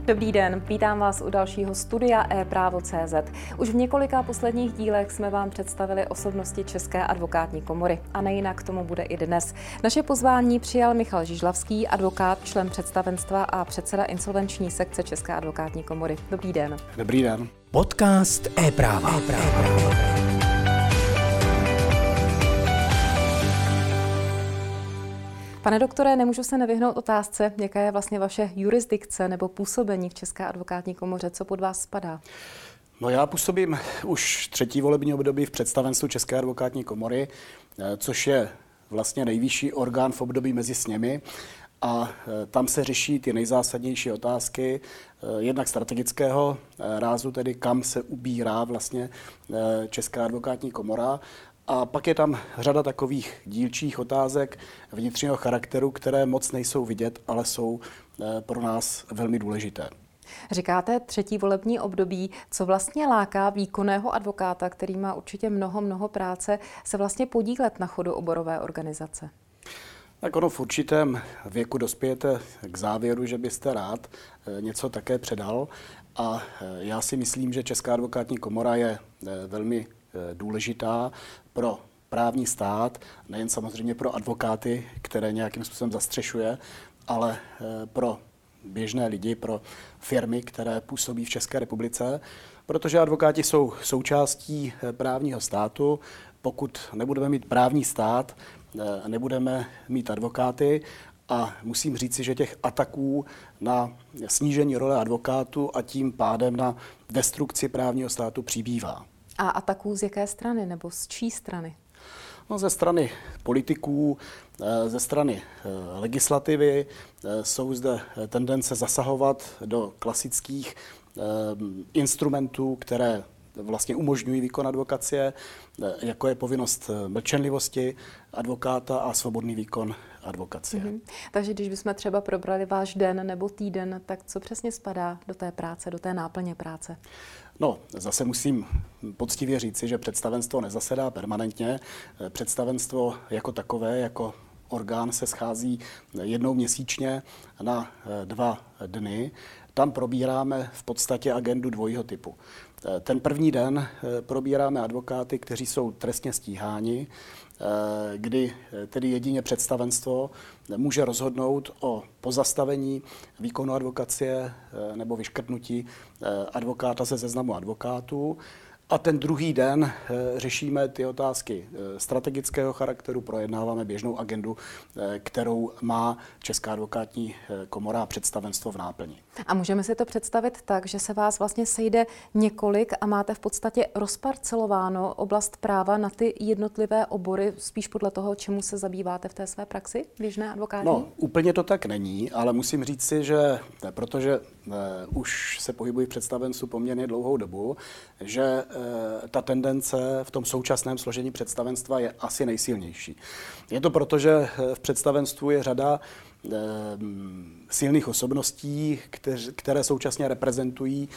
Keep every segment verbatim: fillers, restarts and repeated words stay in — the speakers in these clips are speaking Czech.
Dobrý den, vítám vás u dalšího studia e-právo tečka cé zet. Už v několika posledních dílech jsme vám představili osobnosti České advokátní komory a nejinak tomu bude i dnes. Naše pozvání přijal Michal Žižlavský, advokát, člen představenstva a předseda insolvenční sekce České advokátní komory. Dobrý den. Dobrý den. Podcast e-práva. e-práva. Pane doktore, nemůžu se nevyhnout otázce, jaká je vlastně vaše jurisdikce nebo působení v České advokátní komoře, co pod vás spadá? No já působím už třetí volební období v představenstvu České advokátní komory, což je vlastně nejvyšší orgán v období mezi sněmy. A tam se řeší ty nejzásadnější otázky, jednak strategického rázu, tedy kam se ubírá vlastně Česká advokátní komora. A pak je tam řada takových dílčích otázek vnitřního charakteru, které moc nejsou vidět, ale jsou pro nás velmi důležité. Říkáte třetí volební období. Co vlastně láká výkonného advokáta, který má určitě mnoho, mnoho práce, se vlastně podílet na chodu oborové organizace? Tak ono v určitém věku dospějete k závěru, že byste rád něco také předal. A já si myslím, že Česká advokátní komora je velmi důležitá pro právní stát, nejen samozřejmě pro advokáty, které nějakým způsobem zastřešuje, ale pro běžné lidi, pro firmy, které působí v České republice, protože advokáti jsou součástí právního státu. Pokud nebudeme mít právní stát, nebudeme mít advokáty a musím říci, že těch ataků na snížení role advokátů a tím pádem na destrukci právního státu přibývá. A ataků z jaké strany nebo z čí strany? No, ze strany politiků, ze strany legislativy jsou zde tendence zasahovat do klasických instrumentů, které vlastně umožňují výkon advokacie, jako je povinnost mlčenlivosti advokáta a svobodný výkon advokacie. Mm-hmm. Takže když bychom třeba probrali váš den nebo týden, tak co přesně spadá do té práce, do té náplně práce? No, zase musím poctivě říci, že představenstvo nezasedá permanentně. Představenstvo jako takové, jako orgán se schází jednou měsíčně na dva dny. Tam probíráme v podstatě agendu dvojího typu. Ten první den probíráme advokáty, kteří jsou trestně stíháni, kdy tedy jedině představenstvo může rozhodnout o pozastavení výkonu advokacie nebo vyškrtnutí advokáta ze seznamu advokátů. A ten druhý den řešíme ty otázky strategického charakteru, projednáváme běžnou agendu, kterou má Česká advokátní komora a představenstvo v náplni. A můžeme si to představit tak, že se vás vlastně sejde několik a máte v podstatě rozparcelováno oblast práva na ty jednotlivé obory, spíš podle toho, čemu se zabýváte v té své praxi, běžné advokátní? No, úplně to tak není, ale musím říct si, že protože už se pohybují v představenstvu poměrně dlouhou dobu, že ta tendence v tom současném složení představenstva je asi nejsilnější. Je to proto, že v představenstvu je řada silných osobností, které současně reprezentují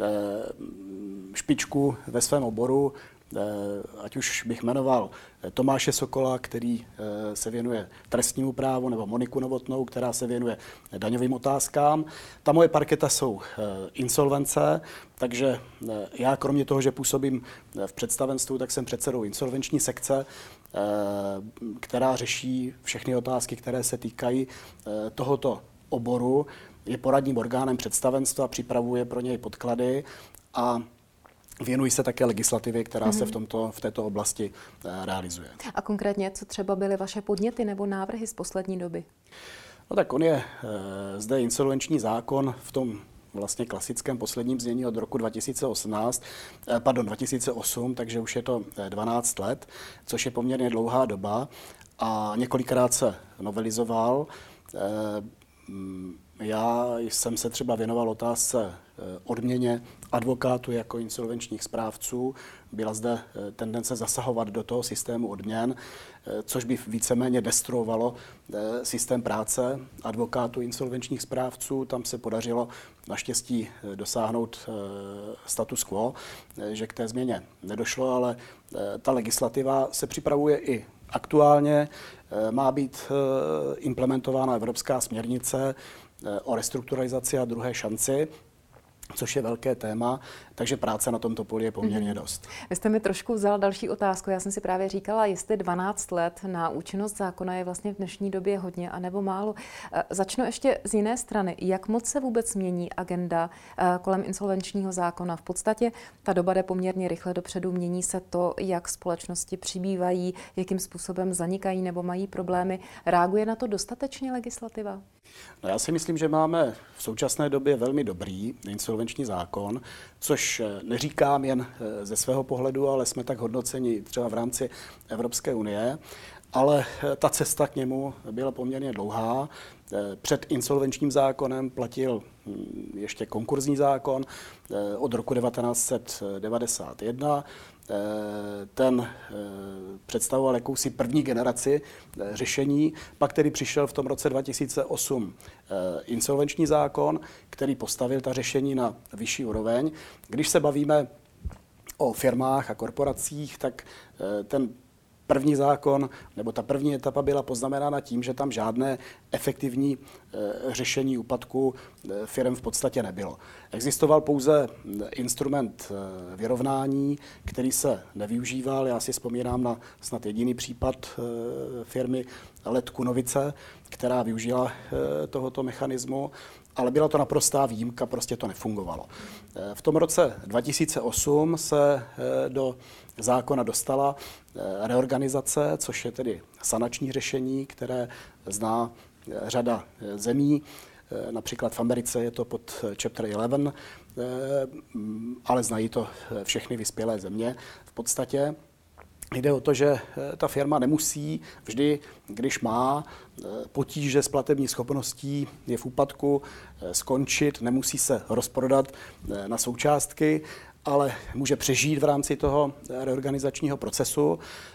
špičku ve svém oboru, ať už bych jmenoval Tomáše Sokola, který se věnuje trestnímu právu, nebo Moniku Novotnou, která se věnuje daňovým otázkám. Ta moje parketa jsou insolvence, takže já kromě toho, že působím v představenstvu, tak jsem předsedou insolvenční sekce, která řeší všechny otázky, které se týkají tohoto oboru. Je poradním orgánem představenstva, připravuje pro něj podklady a věnují se také legislativě, která mm-hmm. se v, tomto, v této oblasti realizuje. A konkrétně, co třeba byly vaše podněty nebo návrhy z poslední doby? No tak on je e, zde insolvenční zákon v tom vlastně klasickém posledním znění od roku dva tisíce osmnáct, eh, pardon, dva tisíce osm, takže už je to dvanáct let, což je poměrně dlouhá doba a několikrát se novelizoval. E, Já jsem se třeba věnoval otázce odměně advokátů jako insolvenčních správců. Byla zde tendence zasahovat do toho systému odměn, což by víceméně destruovalo systém práce advokátů insolvenčních správců. Tam se podařilo naštěstí dosáhnout status quo, že k té změně nedošlo, ale ta legislativa se připravuje i aktuálně. Má být implementována evropská směrnice o restrukturalizaci a druhé šanci, což je velké téma, takže práce na tomto poli je poměrně dost. Vy jste mi trošku vzal další otázku. Já jsem si právě říkala, jestli dvanáct let na účinnost zákona je vlastně v dnešní době hodně, anebo málo. Začnu ještě z jiné strany. Jak moc se vůbec mění agenda kolem insolvenčního zákona? V podstatě ta doba jde poměrně rychle dopředu. Mění se to, jak společnosti přibývají, jakým způsobem zanikají nebo mají problémy. Reaguje na to dostatečně legislativa? No já si myslím, že máme v současné době velmi dobrý insolvenční zákon, což neříkám jen ze svého pohledu, ale jsme tak hodnoceni třeba v rámci Evropské unie, ale ta cesta k němu byla poměrně dlouhá. Před insolvenčním zákonem platil ještě konkurzní zákon od roku devatenáct set devadesát jedna. Ten představoval jakousi první generaci řešení, pak tedy přišel v tom roce dva tisíce osm insolvenční zákon, který postavil ta řešení na vyšší úroveň. Když se bavíme o firmách a korporacích, tak ten první zákon, nebo ta první etapa byla poznamenána tím, že tam žádné efektivní e, řešení úpadku e, firm v podstatě nebylo. Existoval pouze instrument e, vyrovnání, který se nevyužíval. Já si vzpomínám na snad jediný případ e, firmy Let Kunovice, která využila e, tohoto mechanismu, ale byla to naprostá výjimka, prostě to nefungovalo. E, v tom roce dva tisíce osm se e, do zákona dostala reorganizace, což je tedy sanační řešení, které zná řada zemí. Například v Americe je to pod Chapter jedenáct, ale znají to všechny vyspělé země v podstatě. Jde o to, že ta firma nemusí vždy, když má potíže s platební schopností, je v úpadku, skončit, nemusí se rozprodat na součástky, ale může přežít v rámci toho reorganizačního procesu,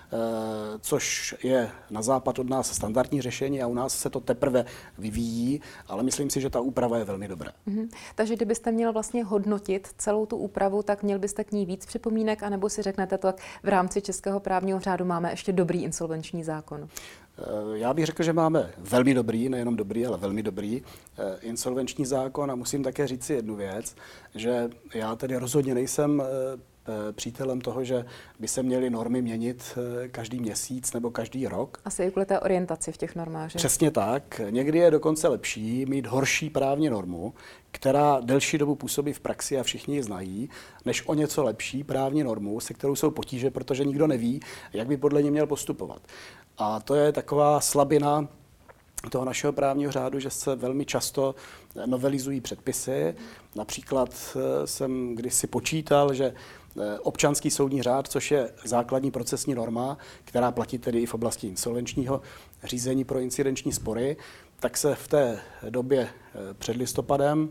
což je na západ od nás standardní řešení a u nás se to teprve vyvíjí, ale myslím si, že ta úprava je velmi dobrá. Mm-hmm. Takže kdybyste měl vlastně hodnotit celou tu úpravu, tak měl byste k ní víc připomínek, anebo si řeknete to, v rámci českého právního řádu máme ještě dobrý insolvenční zákon? Já bych řekl, že máme velmi dobrý, nejenom dobrý, ale velmi dobrý insolvenční zákon a musím také říct si jednu věc, že já tedy rozhodně nejsem přítelem toho, že by se měly normy měnit každý měsíc nebo každý rok. Asi i kvůli té orientaci v těch normách, že? Přesně tak. Někdy je dokonce lepší mít horší právní normu, která delší dobu působí v praxi a všichni ji znají, než o něco lepší právní normu, se kterou jsou potíže, protože nikdo neví, jak by podle ní měl postupovat. A to je taková slabina toho našeho právního řádu, že se velmi často novelizují předpisy. Například jsem kdysi počítal, že občanský soudní řád, což je základní procesní norma, která platí tedy i v oblasti insolvenčního řízení pro incidenční spory, tak se v té době před listopadem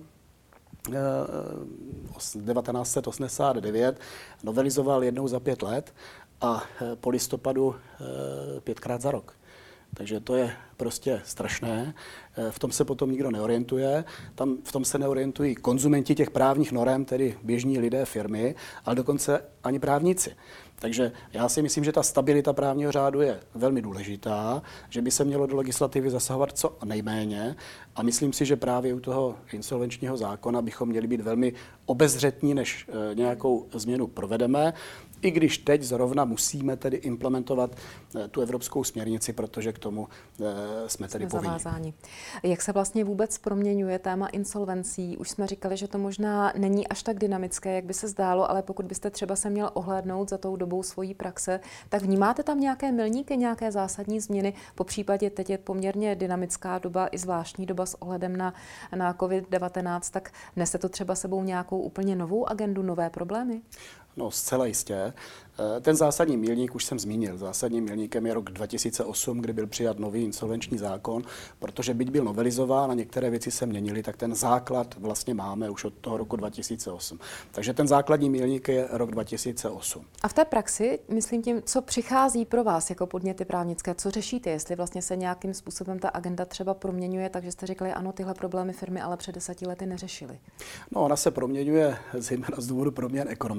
devatenáct set osmdesát devět novelizoval jednou za pět let a po listopadu pětkrát za rok. Takže to je prostě strašné. V tom se potom nikdo neorientuje. Tam v tom se neorientují konzumenti těch právních norem, tedy běžní lidé, firmy, ale dokonce ani právníci. Takže já si myslím, že ta stabilita právního řádu je velmi důležitá, že by se mělo do legislativy zasahovat co nejméně a myslím si, že právě u toho insolvenčního zákona bychom měli být velmi obezřetní, než nějakou změnu provedeme, i když teď zrovna musíme tedy implementovat tu evropskou směrnici, protože k tomu jsme tedy jsme zavázáni. Jak se vlastně vůbec proměňuje téma insolvencí? Už jsme říkali, že to možná není až tak dynamické, jak by se zdálo, ale pokud byste třeba se měl ohlédnout za tou dobou svojí praxe, tak vnímáte tam nějaké milníky, nějaké zásadní změny? Po případě teď je poměrně dynamická doba, i zvláštní doba s ohledem na, na covid devatenáct, tak nese to třeba sebou nějakou úplně novou agendu, nové problémy? No, zcela jistě. Ten zásadní milník už jsem zmínil. Zásadním milníkem je rok dva tisíce osm, kdy byl přijat nový insolvenční zákon, protože byť byl novelizován a některé věci se měnily, tak ten základ vlastně máme už od toho roku dva tisíce osm. Takže ten základní milník je rok dva tisíce osm. A v té praxi, myslím tím, co přichází pro vás jako podněty právnické, co řešíte, jestli vlastně se nějakým způsobem ta agenda třeba proměňuje, takže jste řekli, ano, tyhle problémy firmy ale před deseti lety neřešily. No, ona se proměňuje zejména z důvodu proměn ekonomiky.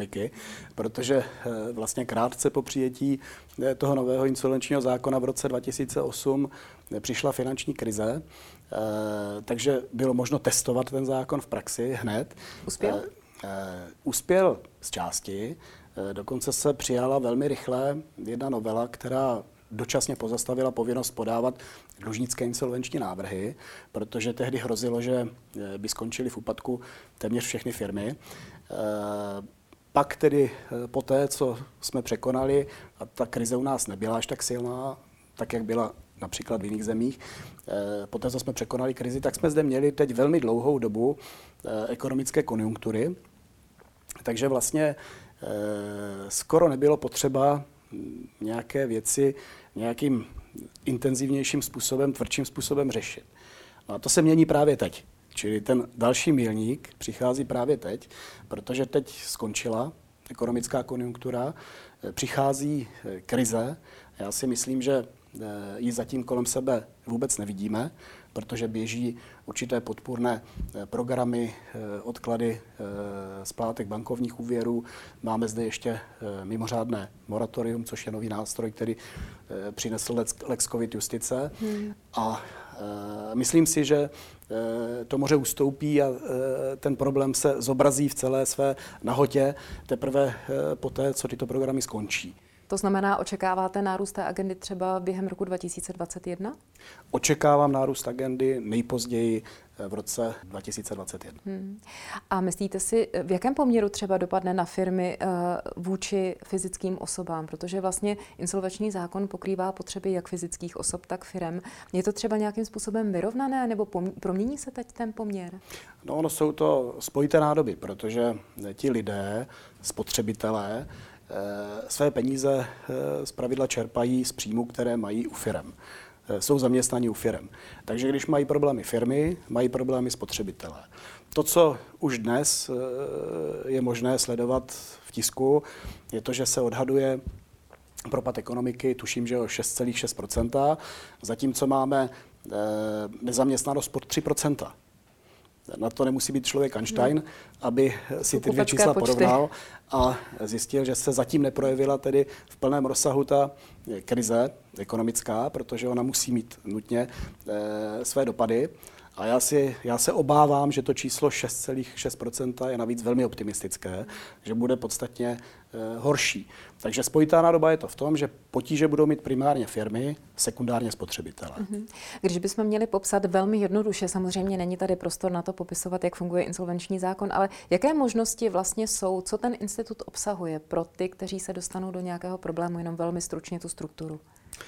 protože vlastně krátce po přijetí toho nového insolvenčního zákona v roce dva tisíce osm přišla finanční krize, takže bylo možno testovat ten zákon v praxi hned. Uspěl? Uspěl z části, dokonce se přijala velmi rychle jedna novela, která dočasně pozastavila povinnost podávat dlužnické insolvenční návrhy, protože tehdy hrozilo, že by skončily v úpadku téměř všechny firmy. Pak tedy poté, co jsme překonali, a ta krize u nás nebyla až tak silná, tak jak byla například v jiných zemích, poté, co jsme překonali krizi, tak jsme zde měli teď velmi dlouhou dobu ekonomické konjunktury, takže vlastně skoro nebylo potřeba nějaké věci nějakým intenzivnějším způsobem, tvrdším způsobem řešit. No a to se mění právě teď. Čili ten další milník přichází právě teď, protože teď skončila ekonomická konjunktura, přichází krize. Já si myslím, že ji zatím kolem sebe vůbec nevidíme, protože běží určité podpůrné programy, odklady splátek bankovních úvěrů. Máme zde ještě mimořádné moratorium, což je nový nástroj, který přinesl Lex COVID justice. Hmm. A myslím si, že to moře ustoupí a ten problém se zobrazí v celé své nahotě teprve poté, co tyto programy skončí. To znamená, očekáváte nárůst té agendy třeba během roku dva tisíce dvacet jedna? Očekávám nárůst agendy nejpozději v roce dva tisíce dvacet jedna. Hmm. A myslíte si, v jakém poměru třeba dopadne na firmy uh, vůči fyzickým osobám? Protože vlastně insolvenční zákon pokrývá potřeby jak fyzických osob, tak firem. Je to třeba nějakým způsobem vyrovnané, nebo pom- promění se teď ten poměr? No, ono jsou to spojité nádoby, protože ti lidé, spotřebitelé, své peníze zpravidla čerpají z příjmu, které mají u firem. Jsou zaměstnaní u firem. Takže když mají problémy firmy, mají problémy spotřebitelé. To, co už dnes je možné sledovat v tisku, je to, že se odhaduje propad ekonomiky, tuším, že o šest celá šest procenta, zatímco máme nezaměstnanost pod tři procenta. Na to nemusí být člověk Einstein, aby si ty dvě čísla porovnal a zjistil, že se zatím neprojevila tedy v plném rozsahu ta krize ekonomická, protože ona musí mít nutně e, své dopady. A já, si, já se obávám, že to číslo šest celá šest procenta je navíc velmi optimistické, že bude podstatně e, horší. Takže spojitá nádoba je to v tom, že potíže budou mít primárně firmy, sekundárně spotřebitele. Mm-hmm. Když bychom měli popsat velmi jednoduše, samozřejmě není tady prostor na to popisovat, jak funguje insolvenční zákon, ale jaké možnosti vlastně jsou, co ten institut obsahuje pro ty, kteří se dostanou do nějakého problému, jenom velmi stručně tu strukturu?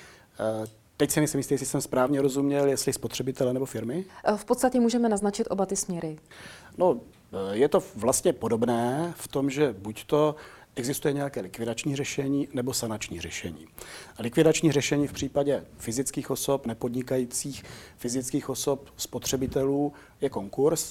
E, Teď si nejsem jistý, jestli jsem správně rozuměl, jestli spotřebitele nebo firmy? V podstatě můžeme naznačit oba ty směry. No, je to vlastně podobné v tom, že buď to existuje nějaké likvidační řešení nebo sanační řešení. A likvidační řešení v případě fyzických osob, nepodnikajících fyzických osob, spotřebitelů je konkurs.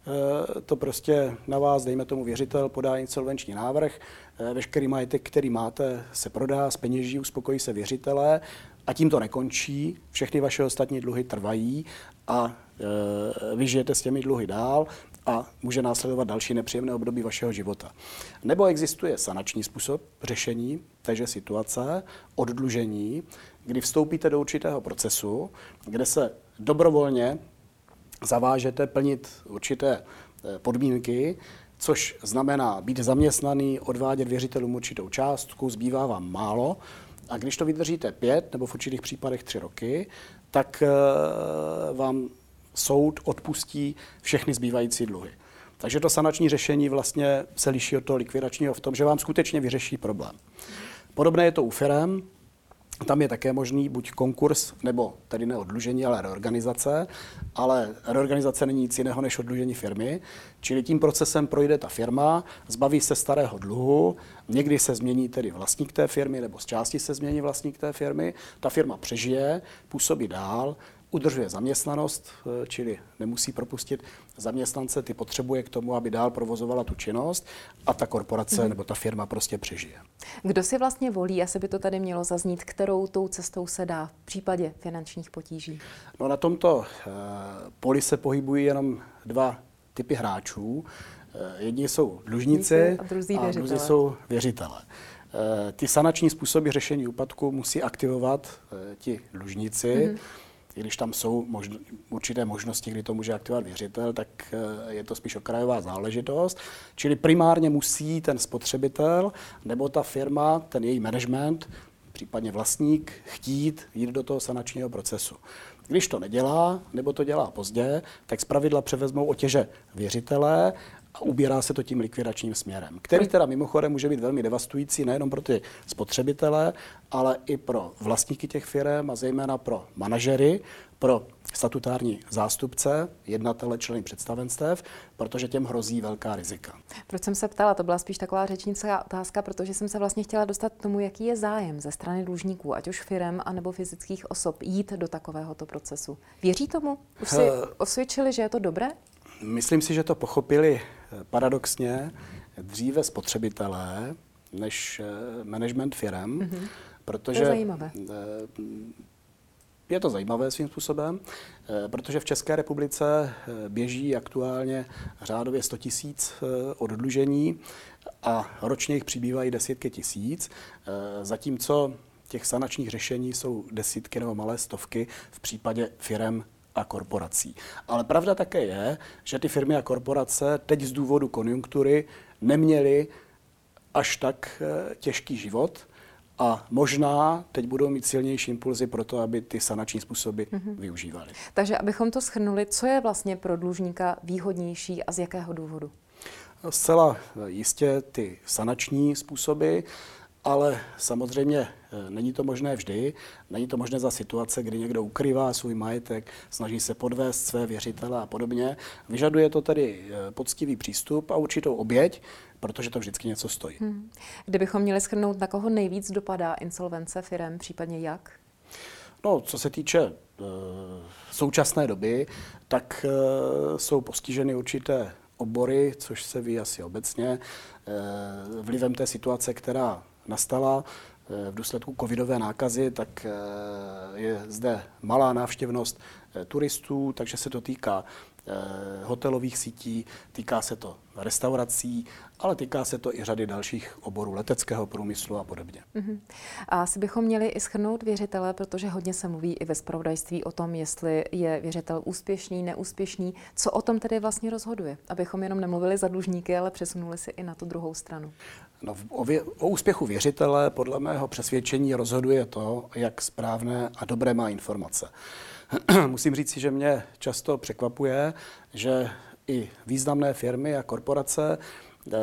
To prostě na vás, dejme tomu věřitel, podá insolvenční návrh, veškerý majetek, který máte, se prodá, zpeněží, uspokojí se věřitelé a tím to nekončí, všechny vaše ostatní dluhy trvají a e, vy žijete s těmi dluhy dál a může následovat další nepříjemné období vašeho života. Nebo existuje sanační způsob řešení téže situace, oddlužení, kdy vstoupíte do určitého procesu, kde se dobrovolně zavážete plnit určité podmínky, což znamená být zaměstnaný, odvádět věřitelům určitou částku, zbývá vám málo. A když to vydržíte pět nebo v určitých případech tři roky, tak vám soud odpustí všechny zbývající dluhy. Takže to sanační řešení vlastně se liší od toho likvidačního v tom, že vám skutečně vyřeší problém. Podobné je to u firem. Tam je také možný buď konkurs, nebo tedy ne oddlužení, ale reorganizace. Ale reorganizace není nic jiného než oddlužení firmy. Čili tím procesem projde ta firma, zbaví se starého dluhu, někdy se změní tedy vlastník té firmy, nebo z části se změní vlastník té firmy. Ta firma přežije, působí dál, udržuje zaměstnanost, čili nemusí propustit zaměstnance, ty potřebuje k tomu, aby dál provozovala tu činnost a ta korporace hmm. nebo ta firma prostě přežije. Kdo si vlastně volí, asi by to tady mělo zaznít, kterou tou cestou se dá v případě finančních potíží? No na tomto uh, poli se pohybují jenom dva typy hráčů. Jedni jsou dlužníci a druzí a druzí jsou věřitelé. Ty sanační způsoby řešení úpadku musí aktivovat ti dlužníci. Mm-hmm. I když tam jsou možno, určité možnosti, kdy to může aktivovat věřitel, tak je to spíš okrajová záležitost. Čili primárně musí ten spotřebitel nebo ta firma, ten její management, případně vlastník, chtít jít do toho sanačního procesu. Když to nedělá, nebo to dělá pozdě, tak zpravidla převezmou otěže věřitelé a ubírá se to tím likvidačním směrem, který teda mimochodem může být velmi devastující nejenom pro ty spotřebitele, ale i pro vlastníky těch firem a zejména pro manažery, pro statutární zástupce, jednatele, členy představenstev, protože těm hrozí velká rizika. Proč jsem se ptala, to byla spíš taková řečnická otázka, protože jsem se vlastně chtěla dostat k tomu, jaký je zájem ze strany dlužníků, ať už firem, anebo fyzických osob, jít do takovéhoto procesu. Věří tomu? Už si osvědčili, že je to dobré? Myslím si, že to pochopili paradoxně dříve spotřebitelé než management firem, mm-hmm. protože to je zajímavé. Je to zajímavé svým způsobem, protože v České republice běží aktuálně řádově sto tisíc oddlužení a ročně jich přibývají desítky tisíc, zatímco těch sanačních řešení jsou desítky nebo malé stovky v případě firem a korporací. Ale pravda také je, že ty firmy a korporace teď z důvodu konjunktury neměly až tak těžký život a možná teď budou mít silnější impulzy pro to, aby ty sanační způsoby mm-hmm. využívali. Takže abychom to shrnuli, co je vlastně pro dlužníka výhodnější a z jakého důvodu? Zcela jistě ty sanační způsoby, ale samozřejmě není to možné vždy. Není to možné za situace, kdy někdo ukrývá svůj majetek, snaží se podvést své věřitele a podobně. Vyžaduje to tedy poctivý přístup a určitou oběť, protože to vždycky něco stojí. Hmm. Kdybychom měli shrnout, na koho nejvíc dopadá insolvence firem, případně jak? No, co se týče e, současné doby, tak e, jsou postiženy určité obory, což se ví asi obecně, e, vlivem té situace, která nastala v důsledku covidové nákazy, tak je zde malá návštěvnost turistů, takže se to týká hotelových sítí, týká se to restaurací, ale týká se to i řady dalších oborů leteckého průmyslu a podobně. Uh-huh. A asi bychom měli i shrnout věřitele, protože hodně se mluví i ve zpravodajství o tom, jestli je věřitel úspěšný, neúspěšný. Co o tom tedy vlastně rozhoduje? Abychom jenom nemluvili za dlužníky, ale přesunuli si i na tu druhou stranu. No, o, vě- o úspěchu věřitele podle mého přesvědčení rozhoduje to, jak správné a dobré má informace. Musím říct, že mě často překvapuje, že i významné firmy a korporace e,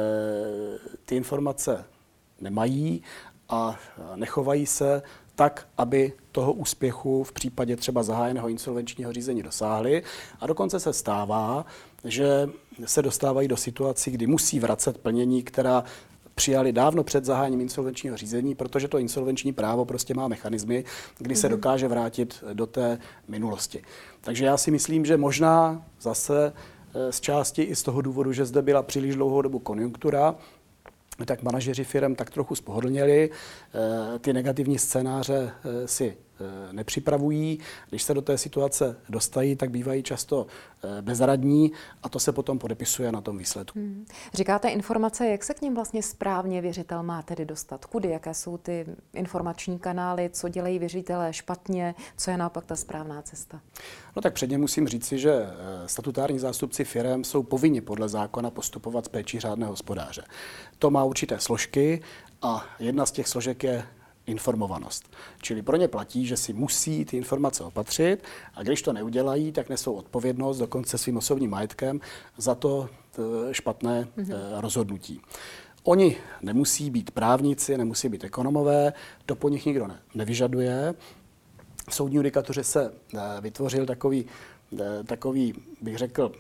ty informace nemají a nechovají se tak, aby toho úspěchu v případě třeba zahájeného insolvenčního řízení dosáhli. A dokonce se stává, že se dostávají do situací, kdy musí vracet plnění, která přijali dávno před zahájením insolvenčního řízení, protože to insolvenční právo prostě má mechanismy, kdy se dokáže vrátit do té minulosti. Takže já si myslím, že možná zase z části i z toho důvodu, že zde byla příliš dlouhou dobu konjunktura, tak manažeři firem tak trochu spohodlněli, ty negativní scénáře si nepřipravují. Když se do té situace dostají, tak bývají často bezradní a to se potom podepisuje na tom výsledku. Hmm. Říkáte informace, jak se k nim vlastně správně věřitel má tedy dostat? Kudy, jaké jsou ty informační kanály, co dělají věřitelé špatně, co je naopak ta správná cesta? No tak předně musím říci, že statutární zástupci firem jsou povinni podle zákona postupovat s péčí řádného hospodáře. To má určité složky a jedna z těch složek je informovanost. Čili pro ně platí, že si musí ty informace opatřit a když to neudělají, tak nesou odpovědnost dokonce svým osobním majetkem za to špatné mm-hmm. rozhodnutí. Oni nemusí být právníci, nemusí být ekonomové, to po nich nikdo ne, nevyžaduje. V soudní judikatuře se vytvořil takový, takový, bych řekl,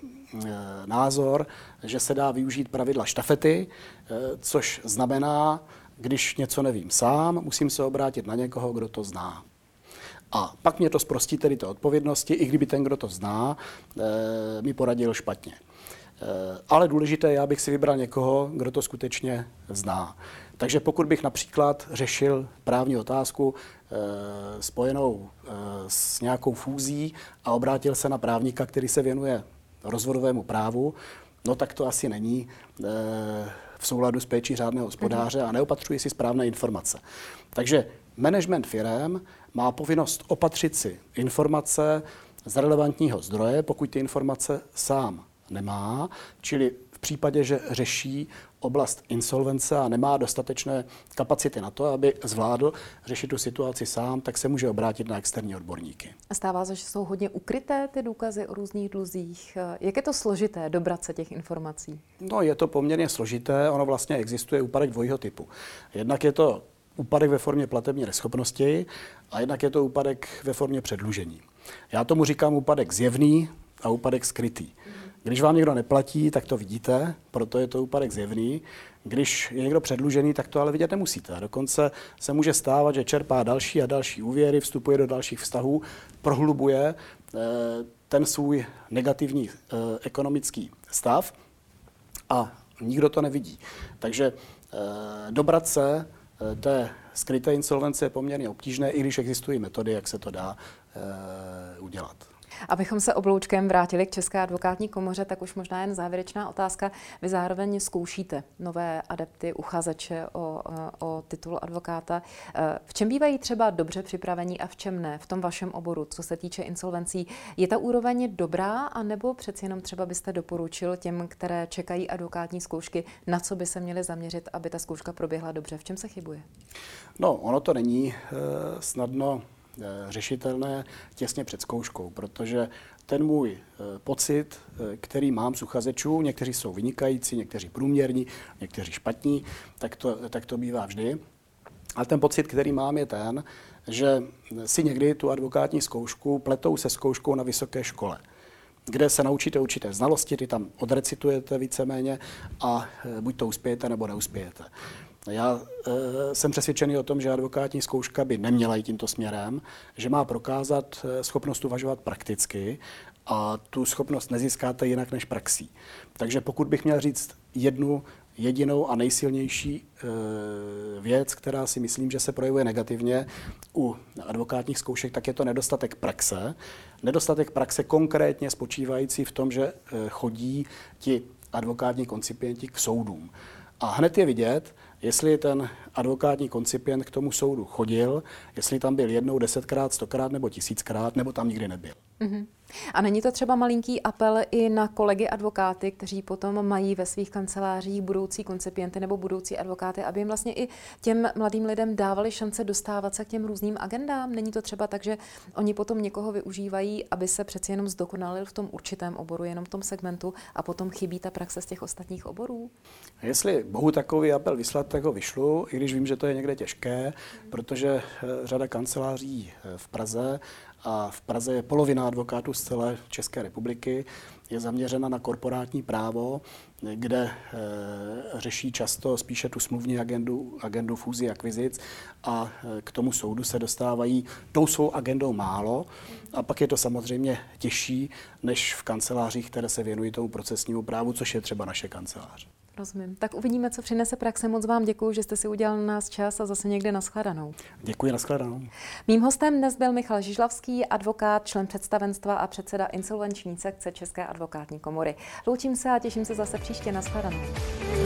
názor, že se dá využít pravidla štafety, což znamená, když něco nevím sám, musím se obrátit na někoho, kdo to zná. A pak mě to zprostí tedy té odpovědnosti, i kdyby ten, kdo to zná, e, mi poradil špatně. E, ale důležité je, abych si vybral někoho, kdo to skutečně zná. Takže pokud bych například řešil právní otázku e, spojenou e, s nějakou fúzí a obrátil se na právníka, který se věnuje rozvodovému právu, no tak to asi není v souladu s péčí řádného hospodáře a neopatřují si správné informace. Takže management firem má povinnost opatřit si informace z relevantního zdroje, pokud ty informace sám nemá, čili v případě, že řeší oblast insolvence a nemá dostatečné kapacity na to, aby zvládl řešit tu situaci sám, tak se může obrátit na externí odborníky. Stává se, že jsou hodně ukryté ty důkazy o různých dluzích. Jak je to složité dobrat se těch informací? No, je to poměrně složité, ono vlastně existuje úpadek dvojího typu. Jednak je to úpadek ve formě platební neschopnosti a jednak je to úpadek ve formě předlužení. Já tomu říkám úpadek zjevný a úpadek skrytý. Když vám někdo neplatí, tak to vidíte, proto je to úpadek zjevný. Když je někdo předlužený, tak to ale vidět nemusíte. A dokonce se může stávat, že čerpá další a další úvěry, vstupuje do dalších vztahů, prohlubuje eh, ten svůj negativní eh, ekonomický stav a nikdo to nevidí. Takže eh, dobrat se eh, té skryté insolvence je poměrně obtížné, i když existují metody, jak se to dá eh, udělat. Abychom se obloučkem vrátili k České advokátní komoře, tak už možná jen závěrečná otázka. Vy zároveň zkoušíte nové adepty, uchazeče o, o titul advokáta. V čem bývají třeba dobře připravení a v čem ne v tom vašem oboru, co se týče insolvencí? Je ta úroveň dobrá, anebo přeci jenom třeba byste doporučil těm, které čekají advokátní zkoušky, na co by se měli zaměřit, aby ta zkouška proběhla dobře? V čem se chybuje? No, ono to není e, snadno řešitelné těsně před zkouškou, protože ten můj pocit, který mám z uchazečů, někteří jsou vynikající, někteří průměrní, někteří špatní, tak to, tak to bývá vždy. Ale ten pocit, který mám, je ten, že si někdy tu advokátní zkoušku pletou se zkouškou na vysoké škole, kde se naučíte určité znalosti, ty tam odrecitujete víceméně a buď to uspějete, nebo neuspějete. Já e, jsem přesvědčený o tom, že advokátní zkouška by neměla jít tímto směrem, že má prokázat schopnost uvažovat prakticky a tu schopnost nezískáte jinak než praxí. Takže pokud bych měl říct jednu jedinou a nejsilnější e, věc, která si myslím, že se projevuje negativně u advokátních zkoušek, tak je to nedostatek praxe. Nedostatek praxe konkrétně spočívající v tom, že e, chodí ti advokátní koncipienti k soudům. A hned je vidět, jestli ten advokátní koncipient k tomu soudu chodil, jestli tam byl jednou, desetkrát, stokrát nebo tisíckrát, nebo tam nikdy nebyl. Mm-hmm. A není to třeba malinký apel i na kolegy advokáty, kteří potom mají ve svých kancelářích budoucí koncipienty nebo budoucí advokáty, aby jim vlastně i těm mladým lidem dávali šance dostávat se k těm různým agendám? Není to třeba tak, že oni potom někoho využívají, aby se přeci jenom zdokonalil v tom určitém oboru, jenom v tom segmentu, a potom chybí ta praxe z těch ostatních oborů? Jestli mohu takový apel vyslat, tak ho vyšlu, i když vím, že to je někde těžké, protože řada kanceláří v Praze, a v Praze je polovina advokátů z celé České republiky, je zaměřena na korporátní právo, kde e, řeší často spíše tu smluvní agendu, agendu fúzí akvizic a e, k tomu soudu se dostávají tou svou agendou málo a pak je to samozřejmě těžší než v kancelářích, které se věnují tomu procesnímu právu, což je třeba naše kancelář. Rozumím. Tak uvidíme, co přinese praxe. Moc vám děkuji, že jste si udělal na nás čas a zase někde nashledanou. Děkuji, nashledanou. Mým hostem dnes byl Michal Žižlavský, advokát, člen představenstva a předseda insolvenční sekce České advokátní komory. Loučím se a těším se zase příště. Nashledanou.